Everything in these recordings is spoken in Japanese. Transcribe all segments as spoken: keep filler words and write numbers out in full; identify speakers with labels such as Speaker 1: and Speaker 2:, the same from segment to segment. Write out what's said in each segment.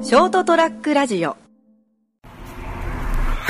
Speaker 1: ショートトラックラジオ。
Speaker 2: はい、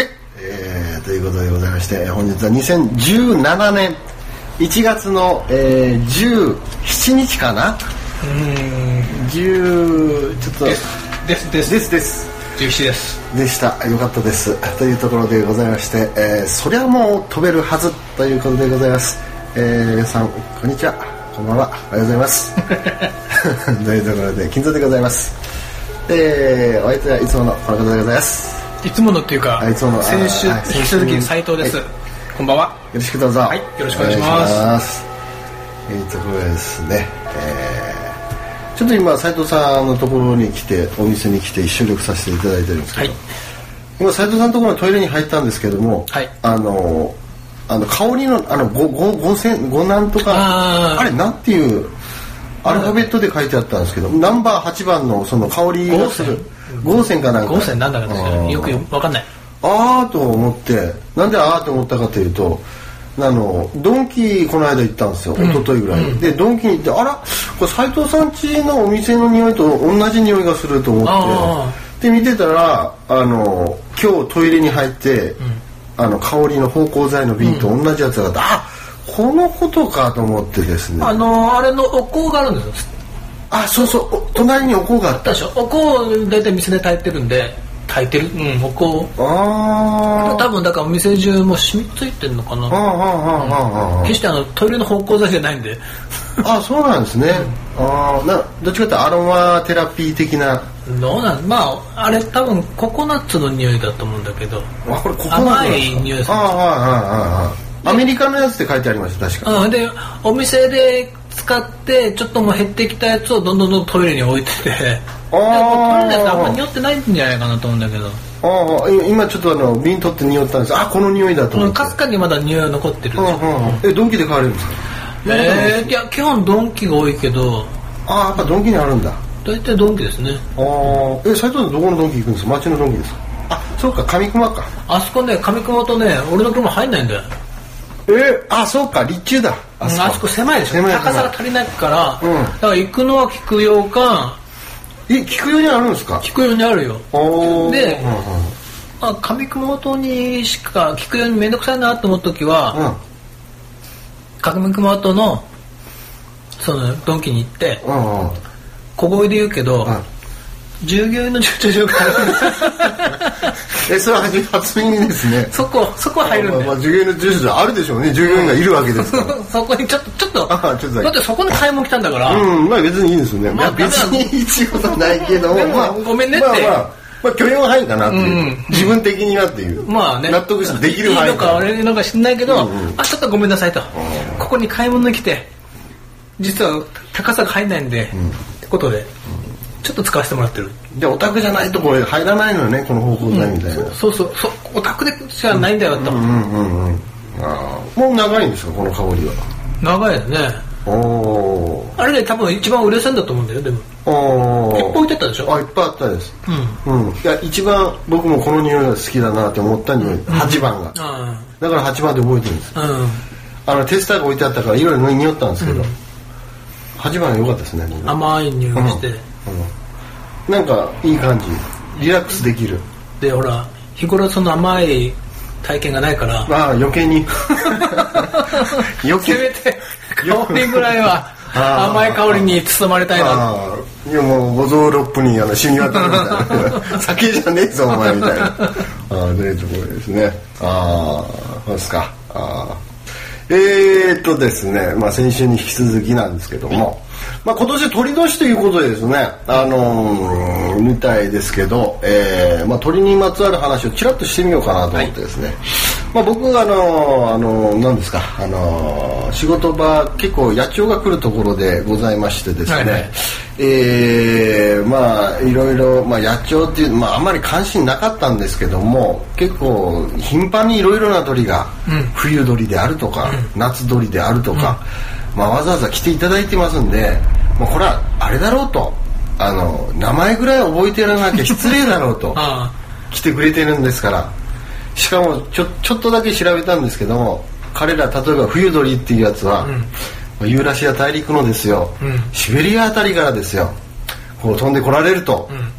Speaker 2: えー、ということでございまして、本日はにせんじゅうななねんいちがつの、えー、じゅうしちにちかな。うーん、じゅうちょっと
Speaker 3: ですですです
Speaker 2: ですです
Speaker 3: じゅうしちです
Speaker 2: でした。よかったですというところでございまして、えー、そりゃもう飛べるはずということでございます。えー、皆さんこんにちは、こんばんは、おはようございますというところで金蔵でございます。えー、お相手はいつものこの方でございます。
Speaker 3: いつものっていうか、
Speaker 2: いつもの
Speaker 3: 先週
Speaker 2: はい
Speaker 3: 引き続き斉藤です、はい、こんばんは、
Speaker 2: よろしくどうぞ。
Speaker 3: はい、よろしくお願いします。
Speaker 2: お願いします。えー、ところでですね、えー、ちょっと今斉藤さんのところに来て、お店に来て収録させていただいてるんですけど、はい、今斉藤さんのところのトイレに入ったんですけども、はい、あのあの香りのあのごごごせんごなんとか あ, あれなんていうアルファベットで書いてあったんですけど、ナンバーはちばんのその香りがする合成かなんか、
Speaker 3: 合成なんだかよく分かんない。
Speaker 2: あーと思って、なんであーと思ったかというと、あのドンキこの間行ったんですよ、うん、一昨日ぐらい、うん、でドンキに行って、あらこれ斉藤さん家のお店の匂いと同じ匂いがすると思ってで見てたら、あの今日トイレに入って、うん、あの香りの芳香剤の瓶と同じやつがあって、うん、あこのことかと思ってですね、
Speaker 3: あのあれのお香があるんですよ。
Speaker 2: あ、そうそう、隣にお香があったでしょ。
Speaker 3: お香大体店で炊いてるんで、炊いてる、うん、お香。ああ。多分だからお店中も染みついてるのかな。ああああああ。決してあのトイレの芳香剤じゃないんで。
Speaker 2: あ、そうなんですね。うん、ああ、などっちかというとアロマテラピー的な。
Speaker 3: どうなん、まああれ多分ココナッツの匂いだと思うんだけど。
Speaker 2: あ、これココナッツ。
Speaker 3: 甘い匂いです。
Speaker 2: ああああああ。アメリカのやつって書いてありました確か。
Speaker 3: うん、でお店で使ってちょっともう減ってきたやつをどんどんどんトイレに置いてて、ああ、トイレあんま匂ってないんじゃないかなと思うんだけど。
Speaker 2: ああ、今ちょっとあの瓶取って匂ったんです。あ、この匂いだと思って。
Speaker 3: かすかにまだ匂いが残ってるんですよ。
Speaker 2: え、ドンキで買われるんですか？
Speaker 3: えー、いや基本ドンキが多いけど。
Speaker 2: ああ、やっぱドンキにあるんだ。
Speaker 3: 大体ドンキですね。
Speaker 2: ああ、え、斉藤さんどこのドンキ行くんですか？町のドンキですか？あ、そうか、上熊か。
Speaker 3: あそこね、上熊とね、俺の車入んないんだよ。
Speaker 2: えー、あ、そうか、立中だ。
Speaker 3: あそこ、あそこ狭いでしょ。高さが足りないから、うん、だから行くのは菊陽か。
Speaker 2: え、菊陽にあるんですか？
Speaker 3: 菊陽にあるよ。で、
Speaker 2: うんうん、
Speaker 3: まあ、上熊本にしか菊陽にめんどくさいなと思う時は、うん、上熊本のそのドンキに行って、うんうん、小声で言うけど、うん、従業員の駐車場がある
Speaker 2: え、それは初耳ですね。
Speaker 3: そこ、そこは入るんだよ。
Speaker 2: まあ、まあ、従業員の駐車場あるでしょうね。従業員がいるわけですから。
Speaker 3: そこにちょっと、ちょっと、
Speaker 2: あ、ちょっと
Speaker 3: だってそこに買い物来たんだから。
Speaker 2: うん、まあ別にいいですよね。まあ別にいい仕事ないけど、まあ、
Speaker 3: ごめんねって。まあまあ、
Speaker 2: まあ許容範囲かなっていう、うん、自分的にはっていう。まあね。納得してできる範囲。
Speaker 3: いいのか悪いのか知んないけど、うんうん、あ、ちょっとごめんなさいと。ここに買い物に来て、実は高さが入んないんで、うん、ってことで。ちょっと使わせてもらってる。
Speaker 2: で、オタクじゃないとこれ入らないのよね、この芳香剤みたいな、
Speaker 3: うん、そうそうそう、オタクでしかないんだよと。
Speaker 2: うんうんうんうん。あ、もう長いんですか、この香りは？
Speaker 3: 長いですね。おお。あれね、多分一番売れ線だと思うんだよ、でも。おお。いっぱい置いてったでしょ？
Speaker 2: あ、いっぱいあったです。うん。うん。いや、一番僕もこの匂いが好きだなって思った匂い、うん、はちばんが。うん。だからはちばんで覚えてるんです。うん。あのテスターが置いてあったからいろいろ匂ったんですけど、うん、はちばんが良かったですね。
Speaker 3: 甘い匂いして。うん
Speaker 2: うん、なんかいい感じ、リラックスできる。
Speaker 3: でほら日頃その甘い体験がないから、
Speaker 2: ああ余計に
Speaker 3: 余計せめて香りぐらいは甘い香りに包まれたいな。
Speaker 2: ああ、いやもう五臓六腑にあの染み渡るみたいな酒じゃねえぞお前みたいな。ああ、ねえところですね。ああ、そうですか。ああ、えーっとですね、まあ先週に引き続きなんですけども、まあ、今年鳥年ということでですね、あのー、みたいですけど、えーまあ、鳥にまつわる話をちらっとしてみようかなと思ってですね、はい、まあ、僕があのー、あのー、何ですか、あのー、仕事場結構野鳥が来るところでございましてですね、はいはい、えー、まあいろいろ、まあ、野鳥っていう、まあ、あんまり関心なかったんですけども、結構頻繁にいろいろな鳥が、うん、冬鳥であるとか、うん、夏鳥であるとか、うん、まあ、わざわざ来ていただいてますんで、もうこれはあれだろうと、あの名前ぐらい覚えてやらなきゃ失礼だろうと来てくれてるんですから。しかもちょ、ちょっとだけ調べたんですけども、彼ら例えば冬鳥っていうやつは、うん、ユーラシア大陸のですよ、うん、シベリアあたりからですよ、こう飛んでこられると、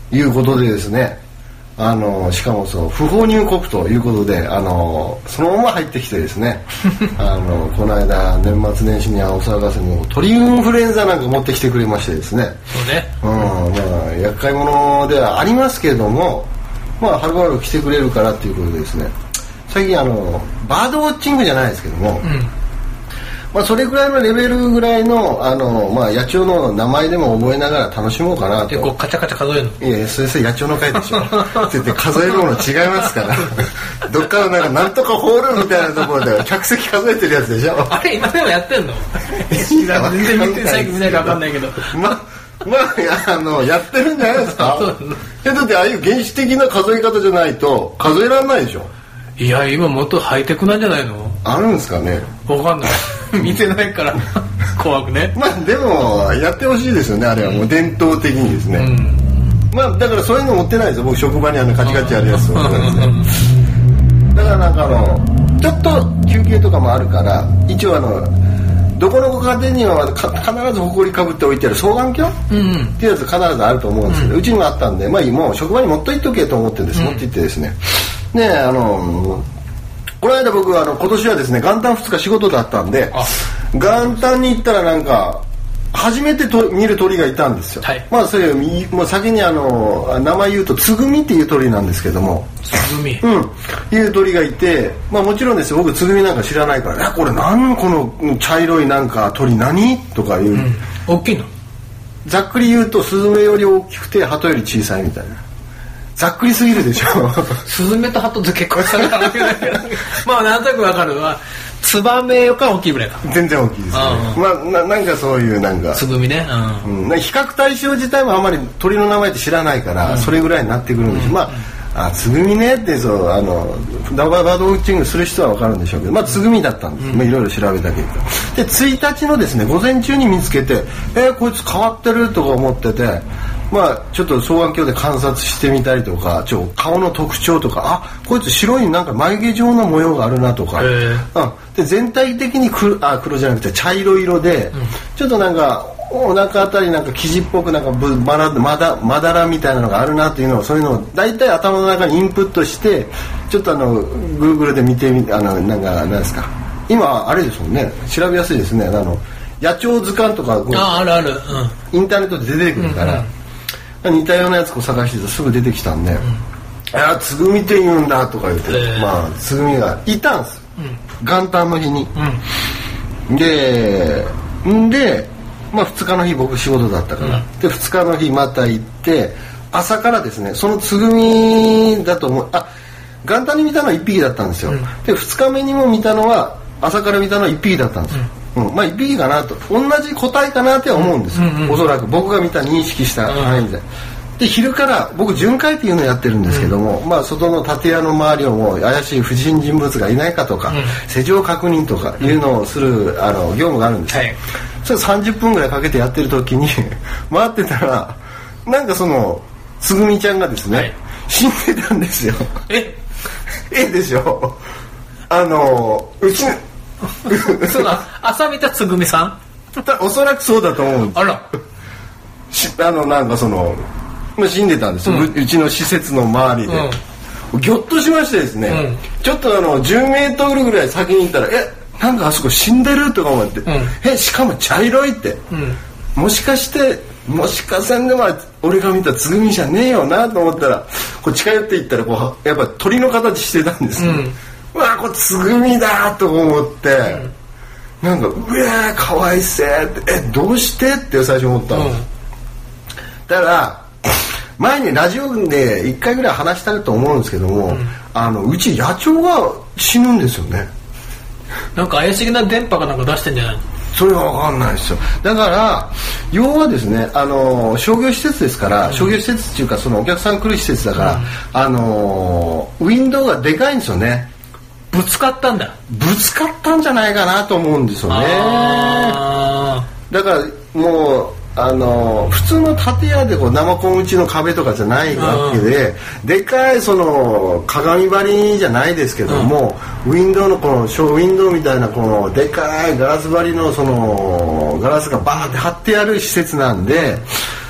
Speaker 2: いうことでですね、あのしかもそう不法入国ということで、あのそのまま入ってきてですねあのこの間年末年始にはお騒がせに鳥インフルエンザなんか持ってきてくれましてですね、
Speaker 3: そうね、
Speaker 2: うんまあ、厄介者ではありますけれども、まあ、はるばる来てくれるからっていうことでですね、最近あのバードウォッチングじゃないですけども、うんまあ、それぐらいのレベルぐらいの、あの、まあ、野鳥の名前でも覚えながら楽しもうかなと。
Speaker 3: 結構カチャカチャ数えるの？
Speaker 2: いや、それそれ野鳥の会でしょ。って言って数えるもの違いますから。どっかのなんかなんとかホールみたいなところで客席数えてるやつでしょ。
Speaker 3: あれ今でもやってんの？全然見て最近見ないか分かんないけど。
Speaker 2: ま、まあ、あの、やってるんじゃないですか。え、だってああいう原始的な数え方じゃないと数えられないでしょ。
Speaker 3: いや、今もっとハイテクなんじゃないの？あ
Speaker 2: るんですかね。
Speaker 3: 分かんない。見てないから怖くね。
Speaker 2: まあでもやってほしいですよね、あれはもう伝統的にですね、うん、まあだからそういうの持ってないですよ、僕職場にあのカチカチやるやつを、ね、だからなんかあのちょっと休憩とかもあるから一応あのどこのご家庭には必ず埃かぶっておいてある双眼鏡、うんうん、っていうやつ必ずあると思うんですけど、うん、うちにもあったんで、まあもう職場に持っといとけと思ってです、うん、持って行ってですね、ねえあのこの間僕はあの今年はですね元旦ふつか仕事だったんで元旦に行ったらなんか初めてと見る鳥がいたんですよ、はい、まあそれもう先にあの名前言うとつぐみっていう鳥なんですけども
Speaker 3: つぐみ
Speaker 2: うんいう鳥がいて、まあもちろんですよ僕つぐみなんか知らないから、これなんこの茶色いなんか鳥何とかいう、うん、
Speaker 3: 大きいの
Speaker 2: ざっくり言うとスズメより大きくて鳩より小さいみたいな、ざっくりすぎるでしょ。
Speaker 3: スズメとハトって結構差があるけどまあなんとなくわかるわ。ツバメより大きいぐらいか。
Speaker 2: 全然大きいですね。まあ な, なんかそういうなんか
Speaker 3: つぐみね、
Speaker 2: うんうん、比較対象自体もあまり鳥の名前って知らないから、うん、それぐらいになってくるんです、うん、まああつぐみねってそうあのバードウォッチングする人はわかるんでしょうけど、まあつぐみだったんです、うん、まあいろいろ調べた結果でついたちのですね午前中に見つけて、えー、こいつ変わってるとか思ってて、まあちょっと双眼鏡で観察してみたりとか、ちょ顔の特徴とか、あこいつ白いなんか眉毛状の模様があるなとか、うんで全体的に黒あ黒じゃなくて茶色色で、うん、ちょっとなんかお腹あたりなんか生地っぽくなんかぶまだまだまだらみたいなのがあるなというのをそういうのを大体頭の中にインプットしてちょっとあの Google で見てみあのなんかなんですか今あれですもんね、調べやすいですね、あの野鳥図鑑とか
Speaker 3: ああるある、
Speaker 2: うん、インターネットで出てくるから。うんうん似たようなやつを探してすぐ出てきたんで、うん、あつぐみって言うんだとか言って、えー、まあつぐみがいたんです、うん、元旦の日に、うん、でんで、まあ、ふつかの日僕仕事だったから、うん、でふつかの日また行って朝からですねそのつぐみだと思うあ元旦に見たのはいっぴきだったんですよ、うん、でふつかめにも見たのは朝から見たのはいっぴきだったんですよ、うんうん、まあいっぴきかなと同じ個体かなって思うんですよ、うんうんうん、おそらく僕が見た認識した範囲で、うん、で昼から僕巡回っていうのをやってるんですけども、うん、まあ外の建屋の周りをもう怪しい不審人物がいないかとか、うん、施錠確認とかいうのをするあの業務があるんですよ、はい、それさんじゅっぷんぐらいかけてやってる時に回ってたらなんかそのつぐみちゃんがですね、はい、死んでたんですよ
Speaker 3: え
Speaker 2: えでしょあのうち
Speaker 3: そうだ朝見たつぐみさん
Speaker 2: おそらくそうだと思うんです
Speaker 3: あら
Speaker 2: あのなんかその死んでたんですよ、うん、うちの施設の周りで、うん、ぎょっとしましてですね、うん、ちょっとあのじゅうメートルぐらい先に行ったらえなんかあそこ死んでるとか思って、うん、えしかも茶色いって、うん、もしかしてもしかせんでも俺が見たつぐみじゃねえよなと思ったらこう近寄っていったらこうやっぱ鳥の形してたんですよ、うんうわこれつぐみだと思って、うん、なんかうわーかわいせーってえどうしてって最初思ったの、うん、だから前にラジオでいっかいぐらい話したと思うんですけども、うん、あのうち野鳥が死ぬんですよね。
Speaker 3: なんか怪しげな電波かなんか出してんじゃないの？
Speaker 2: それは分かんないですよ。だから要はですねあの商業施設ですから、うん、商業施設っていうかそのお客さん来る施設だから、うん、あのウィンドウがでかいんですよね。
Speaker 3: ぶつかったんだ
Speaker 2: ぶつかったんじゃないかなと思うんですよね。だからもうあの普通の建屋でこう生コン打ちの壁とかじゃないわけででかいその鏡張りじゃないですけども、うん、ウィンドウのこのショーウィンドウみたいなこのでかいガラス張りのそのガラスがバーって張ってある施設なんで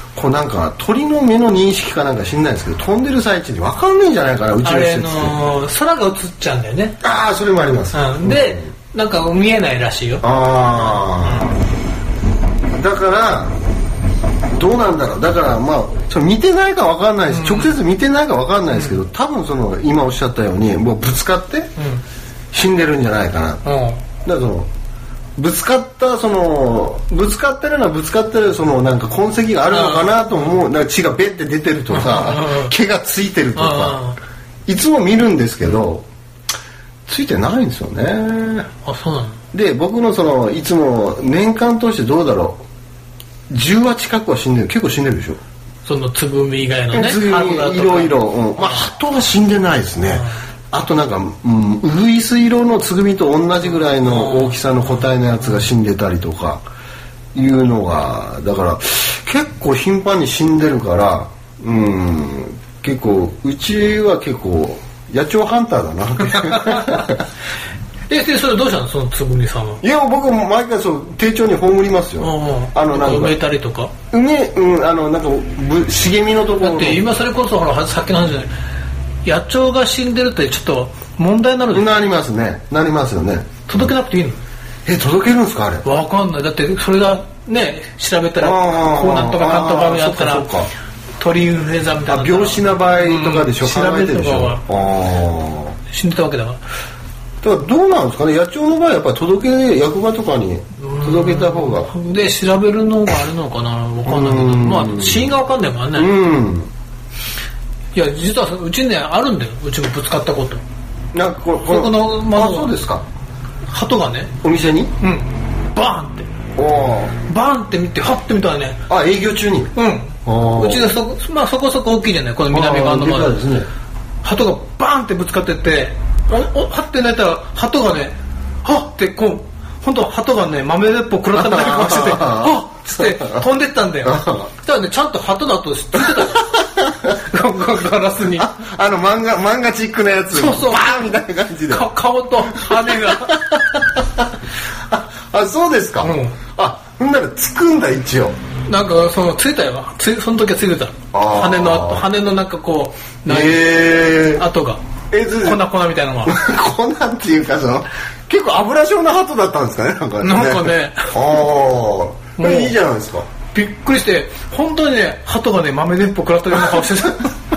Speaker 2: こうなんか鳥の目の認識かなんか知んないですけど、飛んでる最中に分かんないんじゃないかな、うちの施設って。
Speaker 3: あれの空が映っちゃうんだよね。
Speaker 2: ああ、それもあります、
Speaker 3: うん、で、うん、なんか見えないらしいよ。
Speaker 2: ああ、うん、だからどうなんだろう。だからまあそれ見てないか分かんないです、うん、直接見てないか分かんないですけど、多分その今おっしゃったようにもうぶつかって死んでるんじゃないかな、うん、だからそのぶつかったそのぶつかってるのはぶつかってるそのなんか痕跡があるのかなと思う。なんか血がベッて出てるとか毛がついてるとかいつも見るんですけど、ついてないんですよね。
Speaker 3: あ、そうなの。
Speaker 2: で僕のそのいつも年間通してどうだろう、じゅうわ近くは死んでる。結構死んでるでしょ、
Speaker 3: そのつぐみ以外のね。
Speaker 2: いろいろ、うん、まあ鳩は死んでないですね。あとなんか、うん、ウグイス色のつぐみと同じぐらいの大きさの個体のやつが死んでたりとかいうのが、だから結構頻繁に死んでるから、うん、結構うちは結構野鳥ハンターだなって
Speaker 3: え、でそれどうしたの、そのつぐみさんは。
Speaker 2: いや僕も毎回そう丁重に葬りますよ。
Speaker 3: あのなんか埋めたりとか
Speaker 2: ね、うん、あのなんか茂みのところ
Speaker 3: だって今それこそほらさっきの話じゃない、野鳥が死んでるってちょっと問題になる。
Speaker 2: なりますね、なりますよね。
Speaker 3: 届けなくていいの？
Speaker 2: え、届けるんですかあれ。
Speaker 3: わかんない。だってそれがね調べたらこうなんとかかんとかやったら鳥インフルエンザみたいな
Speaker 2: 病死な場合とかでしょ、うん、
Speaker 3: 調べるとかは死んでたわけだから。
Speaker 2: だからどうなんですかね、野鳥の場合やっぱり届け役場とかに届けた方が
Speaker 3: で調べるのがあるのかな、わかんないけど、まあ死因がわかんないからね。うんいや実はうちねあるんだよ、うちもぶつかったこと。
Speaker 2: なんかこ
Speaker 3: ここの窓、
Speaker 2: あ、そうですか。
Speaker 3: 鳩がね
Speaker 2: お店に、
Speaker 3: うん、バーンっておバーンって見てハッて見たらね、
Speaker 2: あ、営業中に、
Speaker 3: うんうちが そ,、まあ、そこそこ大きいじゃない、この南側の窓ですね。鳩がバーンってぶつかってっておおハッて泣いたら鳩がねハッてこう本当鳩がね豆鉄砲食らったみたいな顔しててハッつって飛んでったんだよ。ただねちゃんと鳩だと知ってたよガラスに あ,
Speaker 2: あの漫画漫画チックなやつ、
Speaker 3: そうそう
Speaker 2: バーンみたいな感じで
Speaker 3: 顔と羽が
Speaker 2: あ, あそうですか、うん、あほんならつくんだ一応。
Speaker 3: なんかそのついたよ、つその時はついてた羽の羽のなんかこう
Speaker 2: えー、
Speaker 3: 跡がえ粉粉みたいなのが
Speaker 2: 粉っていうかその結構油状な鳩だったんですかね、なんかね。
Speaker 3: なんかね
Speaker 2: ああいいじゃないですか。
Speaker 3: びっくりして本当にね鳩がね豆鉄砲食らったような顔して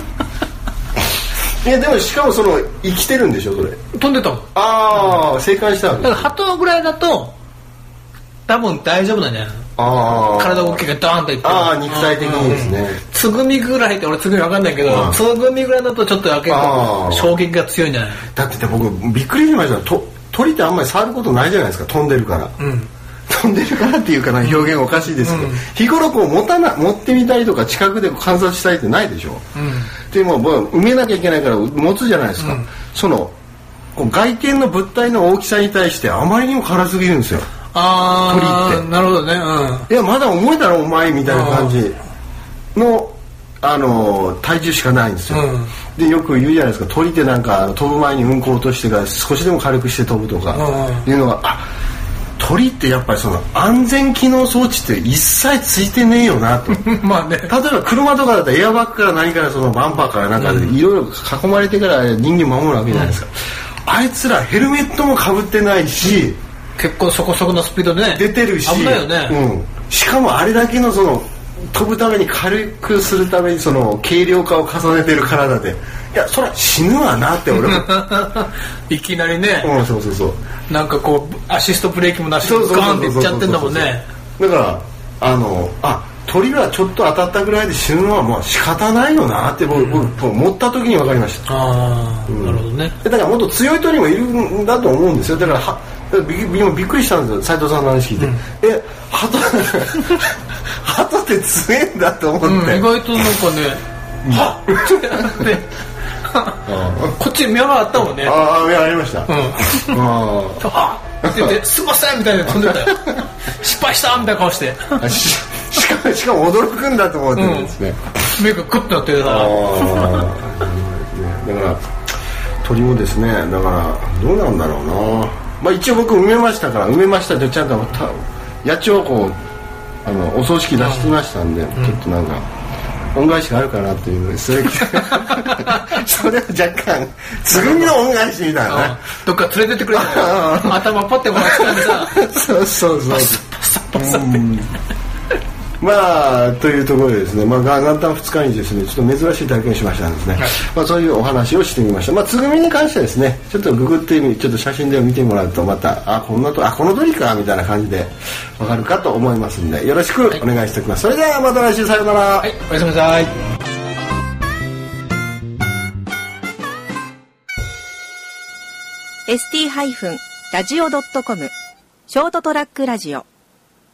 Speaker 3: た。
Speaker 2: いやでもしかもその生きてるんでしょそれ。
Speaker 3: 飛んでたもん。
Speaker 2: ああ生還したわけ。
Speaker 3: だから鳩ぐらいだと多分大丈夫なんじゃないの。あ体動きがドーンといって、
Speaker 2: ああ肉体的にですね、うん、
Speaker 3: つぐみぐらいって俺つぐみ分かんないけど、つぐみぐらいだとちょっと結構衝撃が強いんじゃない。
Speaker 2: だって僕びっくりしました。と鳥ってあんまり触ることないじゃないですか、飛んでるから、うん、飛んでるからっていうかな表現おかしいですけど、うん、日頃こう持たな持ってみたりとか近くで観察したいってないでしょ、うん、でも埋めなきゃいけないから持つじゃないですか、うん、そのこう外見の物体の大きさに対してあまりにも辛すぎるんですよ。
Speaker 3: あ鳥ってなるほどね、
Speaker 2: うん、いやまだ重いだろお前みたいな感じのあの体重しかないんですよ、うん、でよく言うじゃないですか、鳥ってなんか飛ぶ前にうんこ落としてから少しでも軽くして飛ぶとかいうのが、あ鳥ってやっぱりその安全機能装置って一切ついてねえよなと
Speaker 3: まあね、
Speaker 2: 例えば車とかだったらエアバッグから何からそのバンパーからなんかいろいろ囲まれてから人間守るわけじゃないですか、うん、あいつらヘルメットもかぶってないし、
Speaker 3: 結構そこそこのスピードでね
Speaker 2: 出てるし
Speaker 3: 危ないよね、
Speaker 2: うん、しかもあれだけのその飛ぶために軽くするためにその軽量化を重ねてる体で、いやそりゃ死ぬわなって俺も
Speaker 3: いきなりね、
Speaker 2: うん、そうそうそう
Speaker 3: なんかこうアシストブレーキもなしでガーンっていっちゃってんだもんね。
Speaker 2: だからあのあ鳥はちょっと当たったぐらいで死ぬのはもう仕方ないよなって僕、うん、思った時に分かりました。
Speaker 3: ああ、うん、なるほどね。
Speaker 2: だからもっと強い鳥もいるんだと思うんですよ。だからはびびっくりしたんですよ斉藤さんの話聞いて、うん、え鳩鳩って強いんだと思って、うん、
Speaker 3: 意外となんかねはっってなってこっち目があったもんね。
Speaker 2: ああ目ありました、うん、
Speaker 3: はっって言ってすいませんみたいな飛んでたよ失敗したみたいな顔して
Speaker 2: し, し, かもしかも驚くんだと思ってるんですね、
Speaker 3: うん、目がクッとなってるからだ
Speaker 2: から鳥もですね、だからどうなんだろうな。まあ一応僕埋めましたから、埋めましたってちゃんと野鳥をこうあのお葬式出してましたんで、うん、ちょっとなんか恩返しがあるかなっていうのでそれそれは若干つぐみの恩返しみたいな、ね、
Speaker 3: どっか連れてってくれた頭ポッてもらってさ
Speaker 2: そうそうそう
Speaker 3: パサパサパサって、うん
Speaker 2: まあというところでですね、まあ、元旦ふつかにですねちょっと珍しい体験しましたんですね、はいまあ、そういうお話をしてみました。まあつぐみに関してはですねちょっとググってみちょっと写真で見てもらうとまたあこんなとあこの鳥かみたいな感じでわかるかと思いますんでよろしくお願いしておきます、はい、それではまた来週さようなら。
Speaker 3: はいおやすみなさい。
Speaker 1: エスティー ラジオ ドットコム ショートトラックラジオ